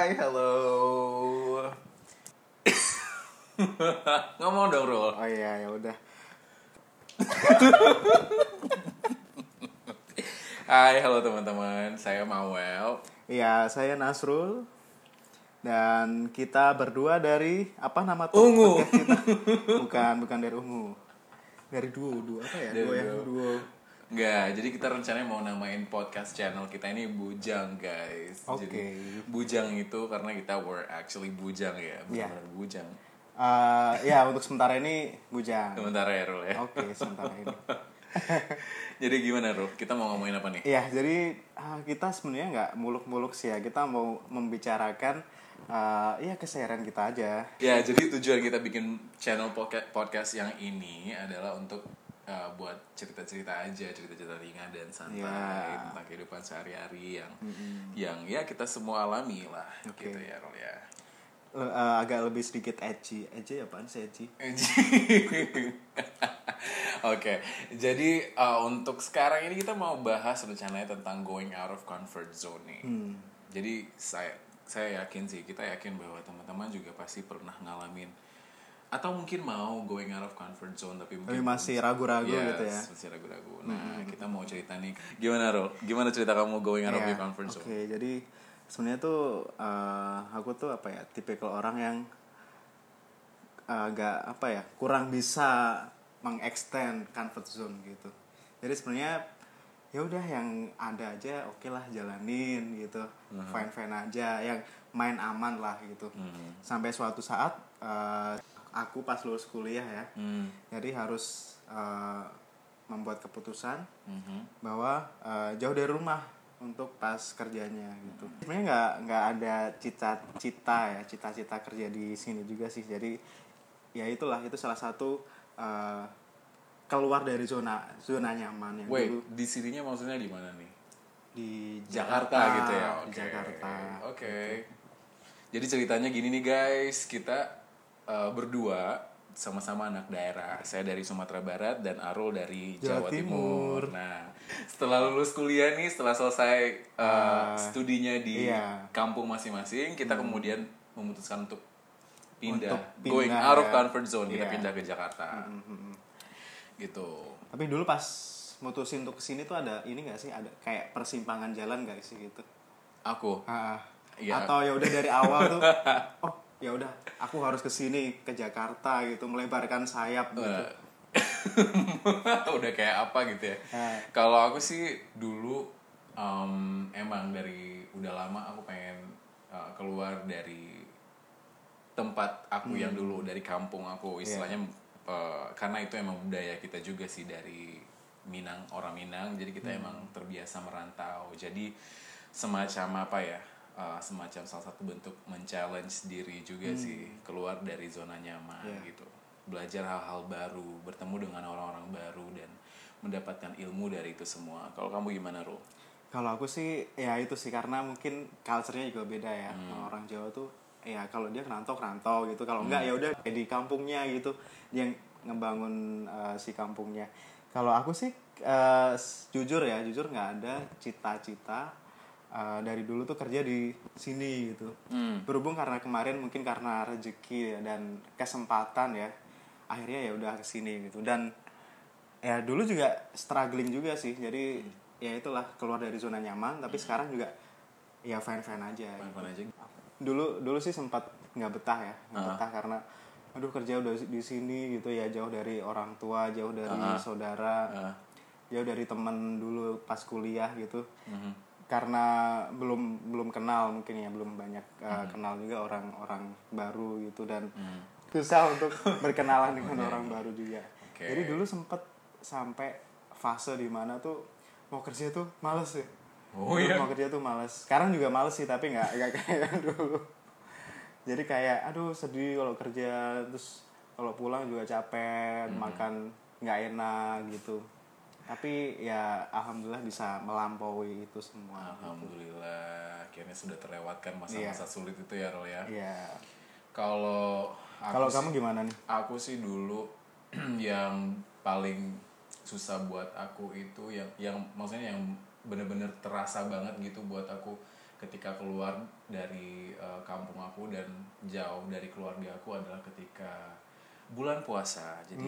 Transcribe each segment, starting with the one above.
Hai, halo. Ngomong dong, Rul. Oh iya, ya udah. Hai, halo teman-teman. Saya Mawel. Iya, saya Nasrul dan kita berdua dari apa nama Ungu. podcast kita? Bukan dari Ungu. Dari duo apa ya? Dari Duo. duo. Enggak, jadi kita rencananya mau namain podcast channel kita ini Bujang, guys. Oke. Jadi Bujang itu karena kita were actually bujang ya, Iya. benar-benar bujang. Ya untuk sementara ini bujang. Sementara ya, Rul ya. Oke, sementara ini. Jadi gimana, Rul? Kita mau ngomongin apa nih? Iya, jadi kita sebenarnya nggak muluk-muluk sih ya. Kita mau membicarakan ya keseharian kita aja. Ya, jadi tujuan kita bikin channel podcast yang ini adalah untuk buat cerita-cerita aja, cerita-cerita ringan dan santai Ya. tentang kehidupan sehari-hari yang ya kita semua alami lah, Oke. gitu ya, Rol ya. Agak lebih sedikit edgy. Edgy apaan sih edgy? Oke, jadi untuk sekarang ini kita mau bahas rencananya tentang going out of comfort zone nih. Jadi saya yakin sih, kita yakin bahwa teman-teman juga pasti pernah ngalamin atau mungkin mau going out of comfort zone tapi mungkin Masih ragu-ragu gitu ya. masih ragu-ragu. Nah, kita mau cerita nih. Gimana, Ro? Gimana cerita kamu going out of your comfort zone? Oke, jadi sebenarnya tuh aku tuh apa ya, tipikal orang yang agak apa ya, kurang bisa mengextend comfort zone gitu. Jadi sebenarnya ya udah yang ada aja oke lah, jalanin gitu. Fine aja, yang main aman lah gitu. Sampai suatu saat aku pas lulus kuliah ya. Jadi harus membuat keputusan bahwa jauh dari rumah untuk pas kerjanya gitu. Sebenarnya nggak ada cita-cita kerja di sini juga sih. Jadi ya itulah, itu salah satu keluar dari zona nyaman yang Wait, dulu di sininya maksudnya di mana nih? di Jakarta gitu ya. Di Jakarta. Oke. Jadi ceritanya gini nih, guys, kita berdua sama-sama anak daerah. Saya dari Sumatera Barat dan Arul dari Jawa Jawa Timur. Timur. Nah, setelah lulus kuliah nih, setelah selesai studinya di iya. kampung masing-masing, kita kemudian memutuskan untuk pindah, Untuk going pindah, out of ya. comfort zone, kita Iya. pindah ke Jakarta. Gitu. Tapi dulu pas mutusin untuk kesini tuh ada ini nggak sih, ada kayak persimpangan jalan nggak sih gitu? Aku Iya. Atau ya udah dari awal tuh oh ya udah aku harus kesini ke Jakarta gitu, melebarkan sayap gitu. Udah kayak apa gitu ya. Kalau aku sih dulu emang dari udah lama aku pengen keluar dari tempat aku yang dulu, dari kampung aku istilahnya. Karena itu emang budaya kita juga sih, dari Minang, orang Minang. Jadi kita emang terbiasa merantau. Jadi semacam apa ya, semacam salah satu bentuk men-challenge diri juga sih, keluar dari zona nyaman gitu, belajar hal-hal baru, bertemu dengan orang-orang baru dan mendapatkan ilmu dari itu semua. Kalau kamu gimana, Ru? Kalau aku sih ya itu sih, karena mungkin culture-nya juga beda ya. Orang Jawa tuh ya kalau dia kerantau gitu, kalau enggak ya udah di kampungnya gitu, dia ngebangun si kampungnya. Kalau aku sih jujur nggak ada cita-cita dari dulu tuh kerja di sini gitu. Berhubung karena kemarin mungkin karena rezeki dan kesempatan ya, akhirnya ya udah kesini gitu. Dan ya dulu juga struggling juga sih. Jadi ya itulah, keluar dari zona nyaman. Tapi sekarang juga ya fine aja. Fine aja. Dulu sih sempat nggak betah ya, betah karena aduh kerja udah di sini gitu ya, jauh dari orang tua, jauh dari saudara, jauh dari teman dulu pas kuliah gitu. Karena belum kenal mungkin ya, belum banyak kenal juga orang-orang baru gitu, dan susah untuk berkenalan dengan orang baru juga. Jadi dulu sempet sampai fase di mana tuh mau kerja tuh males ya. Mau kerja tuh males. Sekarang juga males sih, tapi nggak kayak dulu. Jadi kayak aduh sedih kalau kerja, terus kalau pulang juga capek, makan nggak enak gitu. Tapi ya alhamdulillah bisa melampaui itu semua. Alhamdulillah, akhirnya sudah terlewatkan masa-masa sulit itu ya, Rol ya. Iya. Kalau kamu gimana nih? Aku sih dulu yang paling susah buat aku itu yang maksudnya yang bener-bener terasa banget gitu buat aku ketika keluar dari kampung aku dan jauh dari keluarga aku adalah ketika bulan puasa. Jadi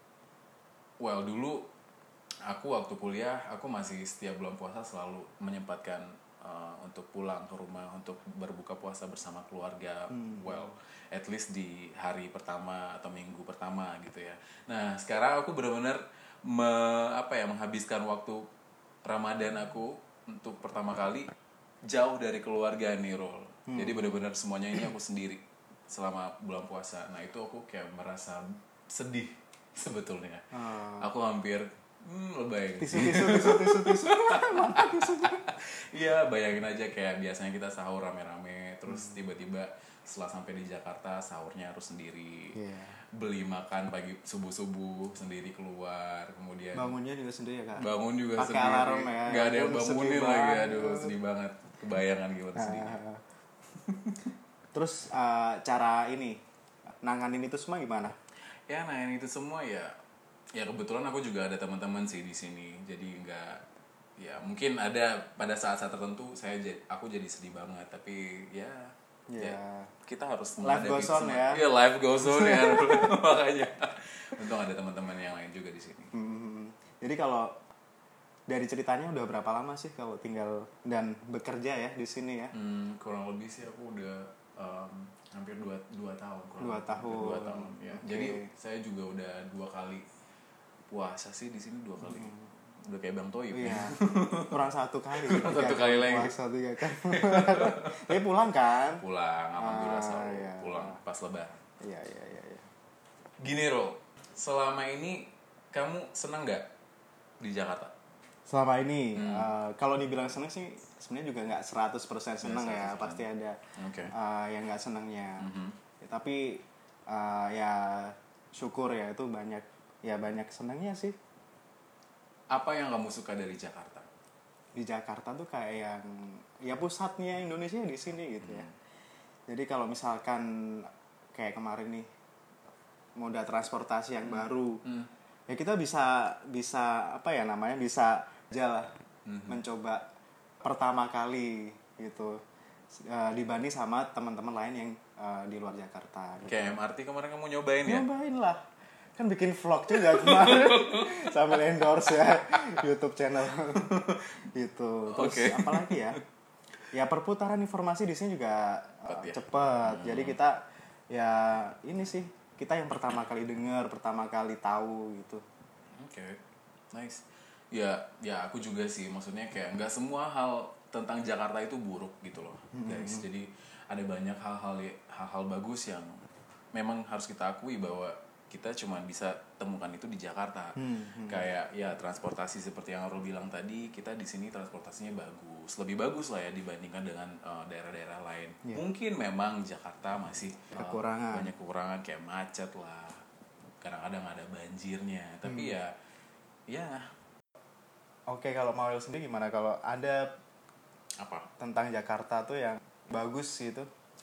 dulu aku waktu kuliah aku masih setiap bulan puasa selalu menyempatkan untuk pulang ke rumah untuk berbuka puasa bersama keluarga. At least di hari pertama atau minggu pertama gitu ya. Nah sekarang aku benar-benar menghabiskan waktu Ramadan aku untuk pertama kali jauh dari keluarga nih, Rol. Jadi benar-benar semuanya ini aku sendiri selama bulan puasa. Nah itu aku kayak merasa sedih sebetulnya. Aku hampir lebay. Tisu. Iya, bayangin aja kayak biasanya kita sahur rame-rame, terus tiba-tiba setelah sampai di Jakarta sahurnya harus sendiri. Beli makan pagi subuh-subuh sendiri keluar, kemudian bangunnya juga sendiri ya Kak? Bangun juga pakai sendiri. alarm ya. Gak ada yang bangunin lagi, aduh sedih banget. Kebayangan gimana sedihnya. Terus cara ini nanganin itu semua gimana? Ya, nanganin itu semua ya kebetulan aku juga ada teman-teman sih di sini. Jadi mungkin ada pada saat-saat tertentu aku jadi sedih banget, tapi ya kita harus life goes on ya. Iya, life goes on ya. Makanya untung ada teman-teman yang lain juga di sini. Jadi kalau dari ceritanya udah berapa lama sih kalau tinggal dan bekerja ya di sini ya? Kurang lebih sih aku udah hampir 2 tahun. 2 tahun. 2 tahun ya. Okay. Jadi saya juga udah 2 kali puasa sih di sini 2 kali. Udah kayak Bang Toyib. Iya. Kurang 1 kali. Kurang 1 kali lagi. Puasa 3 kali. Tapi pulang kan? Pulang, alhamdulillah selalu pulang pas Lebaran. Iya. Gini, Ro, selama ini kamu senang nggak di Jakarta? Selama ini, kalau dibilang senang sih sebenarnya juga nggak 100% senang ya, pasti ada yang nggak senangnya. Tapi ya syukur ya itu banyak senangnya sih. Apa yang kamu suka dari Jakarta? Di Jakarta tuh kayak yang ya pusatnya Indonesia di sini gitu ya. Jadi kalau misalkan kayak kemarin nih moda transportasi yang baru, ya kita bisa bisa aja lah mencoba pertama kali gitu dibanding sama teman-teman lain yang di luar Jakarta. Gitu. Kayak MRT kemarin kamu nyobain ya? Nyobain lah. Kan bikin vlog juga kemarin sambil endorse ya YouTube channel gitu. Terus apalagi ya? Ya perputaran informasi di sini juga cepat. Jadi kita ya ini sih kita yang pertama kali dengar, pertama kali tahu gitu. Oke. Nice. Ya aku juga sih, maksudnya kayak nggak semua hal tentang Jakarta itu buruk gitu loh, guys. Jadi ada banyak hal-hal bagus yang memang harus kita akui bahwa kita cuma bisa temukan itu di Jakarta. Kayak ya transportasi seperti yang Ro bilang tadi, kita di sini transportasinya bagus, lebih bagus lah ya dibandingkan dengan daerah-daerah lain. Mungkin memang Jakarta masih banyak kekurangan kayak macet lah, kadang-kadang ada banjirnya. Tapi ya. Oke, kalau Mawel sendiri gimana kalau ada apa tentang Jakarta tuh yang bagus gitu?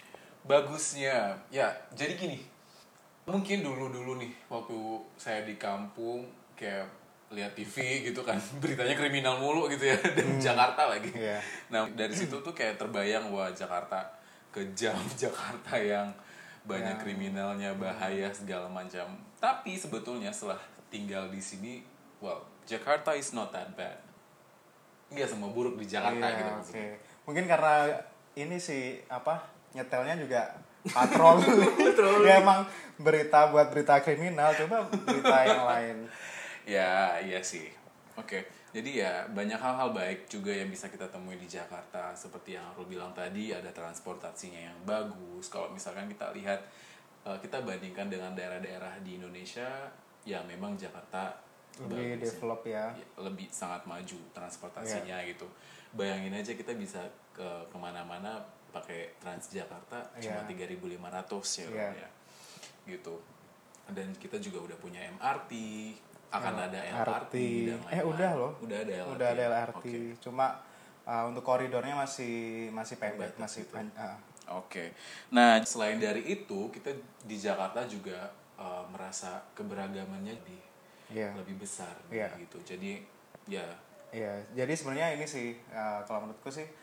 Bagusnya ya jadi gini, mungkin dulu nih waktu saya di kampung kayak lihat TV gitu kan beritanya kriminal mulu gitu ya, dan Jakarta lagi. Nah dari situ tuh kayak terbayang wah Jakarta kejam, Jakarta yang banyak kriminalnya, bahaya segala macam. Tapi sebetulnya setelah tinggal di sini, Jakarta is not that bad. Nggak semua buruk di Jakarta gitu maksudnya. Mungkin karena ini sih nyetelnya juga patrol. Ya emang buat berita kriminal, coba berita yang lain. Ya, iya sih. Oke. Jadi ya banyak hal-hal baik juga yang bisa kita temui di Jakarta. Seperti yang Ro bilang tadi, ada transportasinya yang bagus. Kalau misalkan kita lihat, kita bandingkan dengan daerah-daerah di Indonesia, ya memang Jakarta lebih develop ya. Lebih sangat maju transportasinya gitu. Bayangin aja kita bisa kemana-mana pakai Transjakarta cuma 3.500 ya. Gitu. Dan kita juga udah punya MRT, akan ada LRT dan lain-lain. Udah loh. Udah ada LRT. Udah ada LRT. Cuma untuk koridornya masih pendek, masih Oke. Nah, selain dari itu, kita di Jakarta juga merasa keberagamannya lebih besar gitu. Jadi jadi sebenarnya ini sih kalau menurutku sih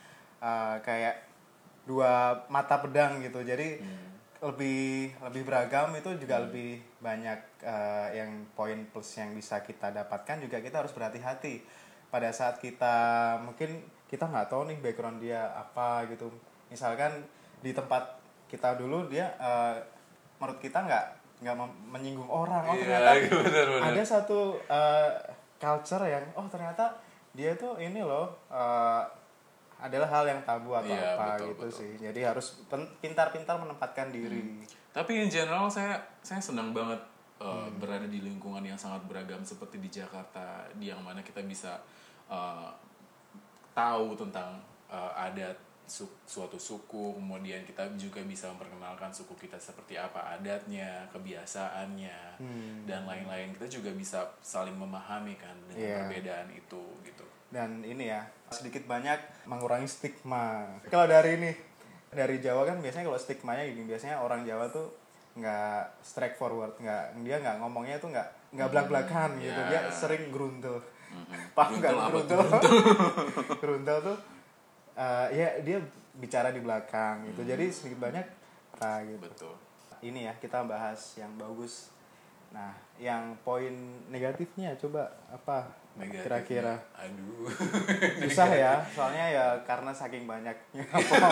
kayak dua mata pedang gitu. Jadi lebih beragam itu juga lebih banyak yang poin plus yang bisa kita dapatkan. Juga kita harus berhati-hati pada saat kita mungkin kita nggak tahu nih background dia apa gitu. Misalkan di tempat kita dulu dia menurut kita nggak menyinggung orang, ternyata bener. ada satu culture yang ternyata dia tuh ini loh adalah hal yang tabu atau apa gitu betul. Sih. Jadi harus pintar-pintar menempatkan diri. Tapi in general saya senang banget berada di lingkungan yang sangat beragam seperti di Jakarta, di yang mana kita bisa tahu tentang adat suatu suku, kemudian kita juga bisa memperkenalkan suku kita seperti apa adatnya, kebiasaannya, dan lain-lain. Kita juga bisa saling memahami kan dengan perbedaan itu gitu. Dan ini ya sedikit banyak mengurangi stigma. Kalau dari Jawa kan biasanya kalau stigmanya gini, biasanya orang Jawa tuh nggak straightforward, dia nggak ngomongnya tuh nggak belak-belakan gitu, dia sering geruntul. Paham nggak geruntul? Geruntul tuh ya dia bicara di belakang gitu. Jadi sedikit banyak gitu. Betul. Ini ya kita bahas yang bagus. Nah, yang poin negatifnya coba apa? Kira-kira. Aduh. Susah ya, soalnya ya karena saking banyaknya.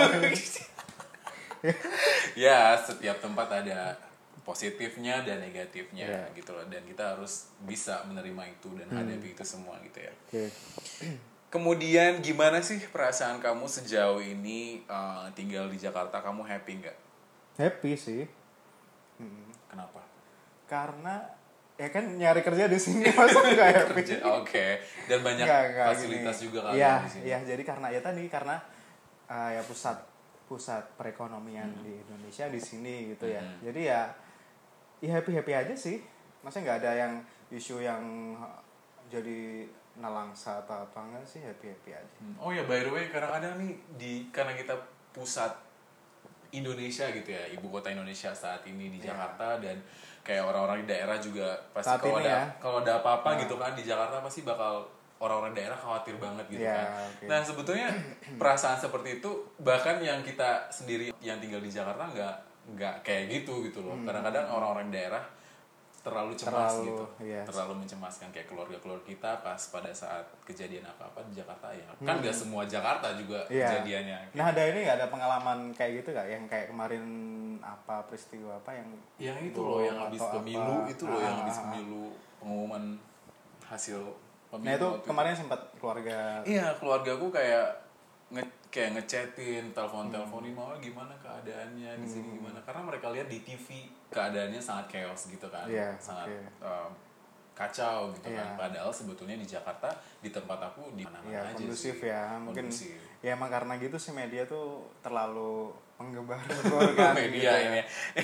Ya, setiap tempat ada positifnya dan negatifnya gitu loh, dan kita harus bisa menerima itu dan hadapi itu semua gitu ya. Kemudian gimana sih perasaan kamu sejauh ini tinggal di Jakarta? Kamu happy nggak? Happy sih. Kenapa? Karena ya kan nyari kerja di sini masa nggak happy? Oke. Dan banyak fasilitas gini. Juga kan di sini. Iya, jadi karena ya pusat perekonomian di Indonesia di sini gitu ya. Jadi ya happy aja sih. Masa nggak ada yang isu yang jadi nalangsa atau apa, enggak sih, happy aja. Oh ya, by the way, kadang-kadang nih karena kita pusat Indonesia gitu ya, ibu kota Indonesia saat ini di Jakarta, dan kayak orang-orang di daerah juga pasti kalau ada apa-apa gitu kan di Jakarta pasti bakal orang-orang daerah khawatir banget gitu kan. Okay. Nah, sebetulnya perasaan seperti itu bahkan yang kita sendiri yang tinggal di Jakarta nggak kayak gitu loh. Kadang-kadang orang-orang daerah terlalu cemas gitu, terlalu mencemaskan kayak keluarga kita pas pada saat kejadian apa-apa di Jakarta ya. Kan nggak semua Jakarta juga kejadiannya. Nah, nggak ada pengalaman kayak gitu nggak? Yang kayak kemarin apa peristiwa apa yang itu loh, yang habis pemilu itu loh, yang habis pemilu, pengumuman hasil pemilu. Nah, itu kemarin sempat keluarga. Iya, keluargaku kayak ngechatin, teleponin mau gimana keadaannya di sini gimana, karena mereka lihat di TV keadaannya sangat chaos gitu kan, sangat kacau gitu kan. Padahal sebetulnya di Jakarta, di tempat aku di mana-mana aja kondusif sih. Ya, mungkin ya emang karena gitu sih media tuh terlalu menggebar keluarga media gitu ini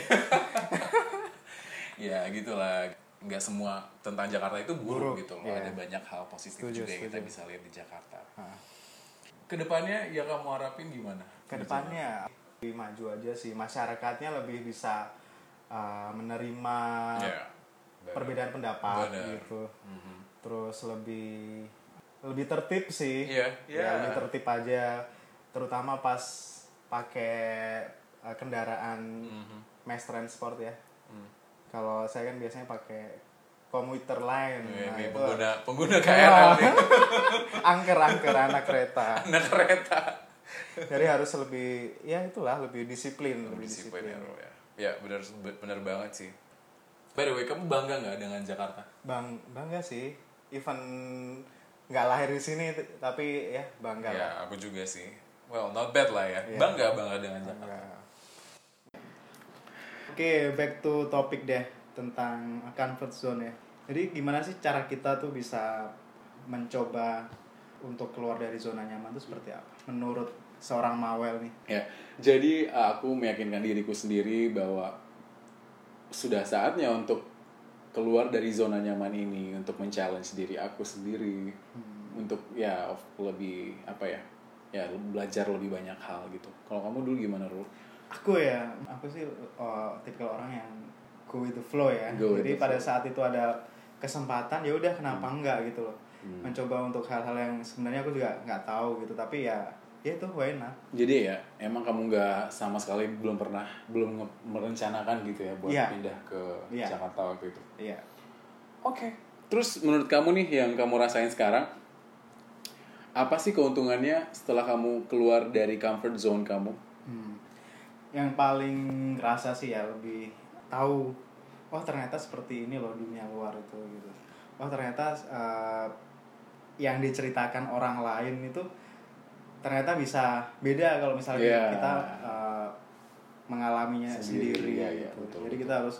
ya gitulah. Nggak semua tentang Jakarta itu buruk gitu loh. Ada banyak hal positif juga yang kita bisa lihat di Jakarta. Kedepannya ya kamu harapin gimana? Kedepannya lebih maju aja sih, masyarakatnya lebih bisa menerima perbedaan pendapat gitu. Terus lebih tertib sih. Lebih tertib aja, terutama pas pakai kendaraan mass transport ya. Kalau saya kan biasanya pakai komuter lain. Pengguna KRL nih. Angker anak kereta. Jadi harus lebih disiplin. Lebih disiplin. Ya benar banget sih. By the way, kamu bangga nggak dengan Jakarta? Bangga sih. Even nggak lahir di sini tapi ya bangga. Ya, aku juga sih. Well, not bad lah ya. Bangga dengan Jakarta. Oke, back to topic deh tentang comfort zone ya. Jadi gimana sih cara kita tuh bisa mencoba untuk keluar dari zona nyaman itu seperti apa? Menurut seorang Mawel nih. Ya, jadi aku meyakinkan diriku sendiri bahwa sudah saatnya untuk keluar dari zona nyaman ini, untuk men-challenge diri aku sendiri, untuk lebih belajar lebih banyak hal gitu. Kalau kamu dulu gimana, Ru? Aku sih tipikal orang yang go with the flow ya. Jadi pada saat itu ada kesempatan ya udah kenapa enggak gitu loh. Mencoba untuk hal-hal yang sebenarnya aku juga nggak tahu gitu, tapi ya ya itu enak. Jadi ya emang kamu nggak sama sekali belum merencanakan gitu ya buat pindah ke Jakarta waktu itu. Iya. Oke. Terus menurut kamu nih yang kamu rasain sekarang, apa sih keuntungannya setelah kamu keluar dari comfort zone kamu? Yang paling kerasa sih ya lebih tahu, oh ternyata seperti ini loh dunia luar itu gitu. Oh ternyata yang diceritakan orang lain itu ternyata bisa beda kalau misalnya kita mengalaminya sendiri gitu. Betul. Jadi kita harus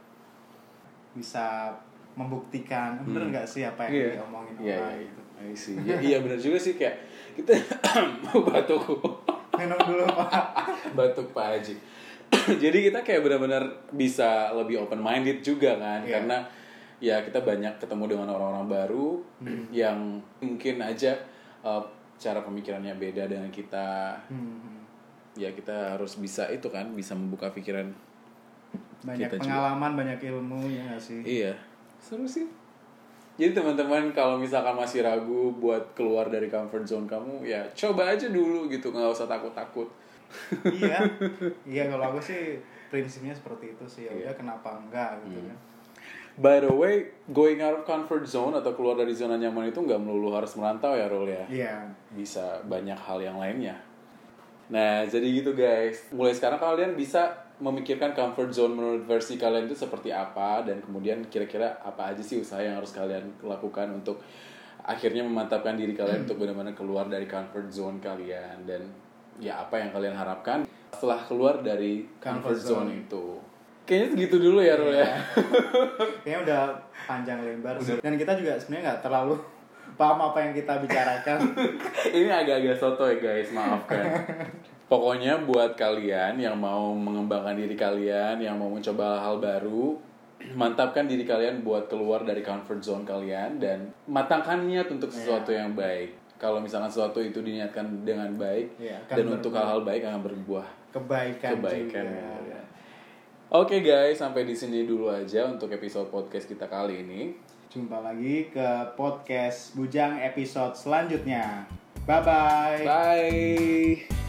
bisa membuktikan bener nggak sih apa yang diomongin orang gitu. Iya benar juga sih, kayak kita batuk. Minum dulu Pak. Batuk Pak Haji. Jadi kita kayak benar-benar bisa lebih open minded juga kan, karena ya kita banyak ketemu dengan orang-orang baru yang mungkin aja cara pemikirannya beda dengan kita. Ya kita harus bisa itu kan, bisa membuka pikiran. Banyak kita pengalaman juga. Banyak ilmu ya nggak sih? Iya, seru sih. Jadi teman-teman kalau misalkan masih ragu buat keluar dari comfort zone kamu, ya coba aja dulu gitu, nggak usah takut-takut. Iya kalau aku sih prinsipnya seperti itu sih, ya kenapa enggak gitu kan. By the way, going out of comfort zone atau keluar dari zona nyaman itu nggak melulu harus merantau ya, Rul ya. Iya. Bisa banyak hal yang lainnya. Nah, jadi gitu guys. Mulai sekarang kalian bisa memikirkan comfort zone menurut versi kalian itu seperti apa, dan kemudian kira-kira apa aja sih usaha yang harus kalian lakukan untuk akhirnya memantapkan diri kalian untuk benar-benar keluar dari comfort zone kalian, dan ya apa yang kalian harapkan setelah keluar dari comfort zone itu. Kayaknya segitu dulu ya, Rul ya. Kayaknya udah panjang lebar sih. Dan kita juga sebenarnya nggak terlalu paham apa yang kita bicarakan. Ini agak-agak soto ya guys, maafkan. Pokoknya buat kalian yang mau mengembangkan diri kalian, yang mau mencoba hal baru, mantapkan diri kalian buat keluar dari comfort zone kalian, dan matangkan niat untuk sesuatu yang baik. Kalau misalkan sesuatu itu diniatkan dengan baik, dan untuk hal-hal baik akan berbuah kebaikan juga. Oke guys, sampai di sini dulu aja untuk episode podcast kita kali ini. Jumpa lagi ke podcast Bujang episode selanjutnya. Bye-bye. Bye.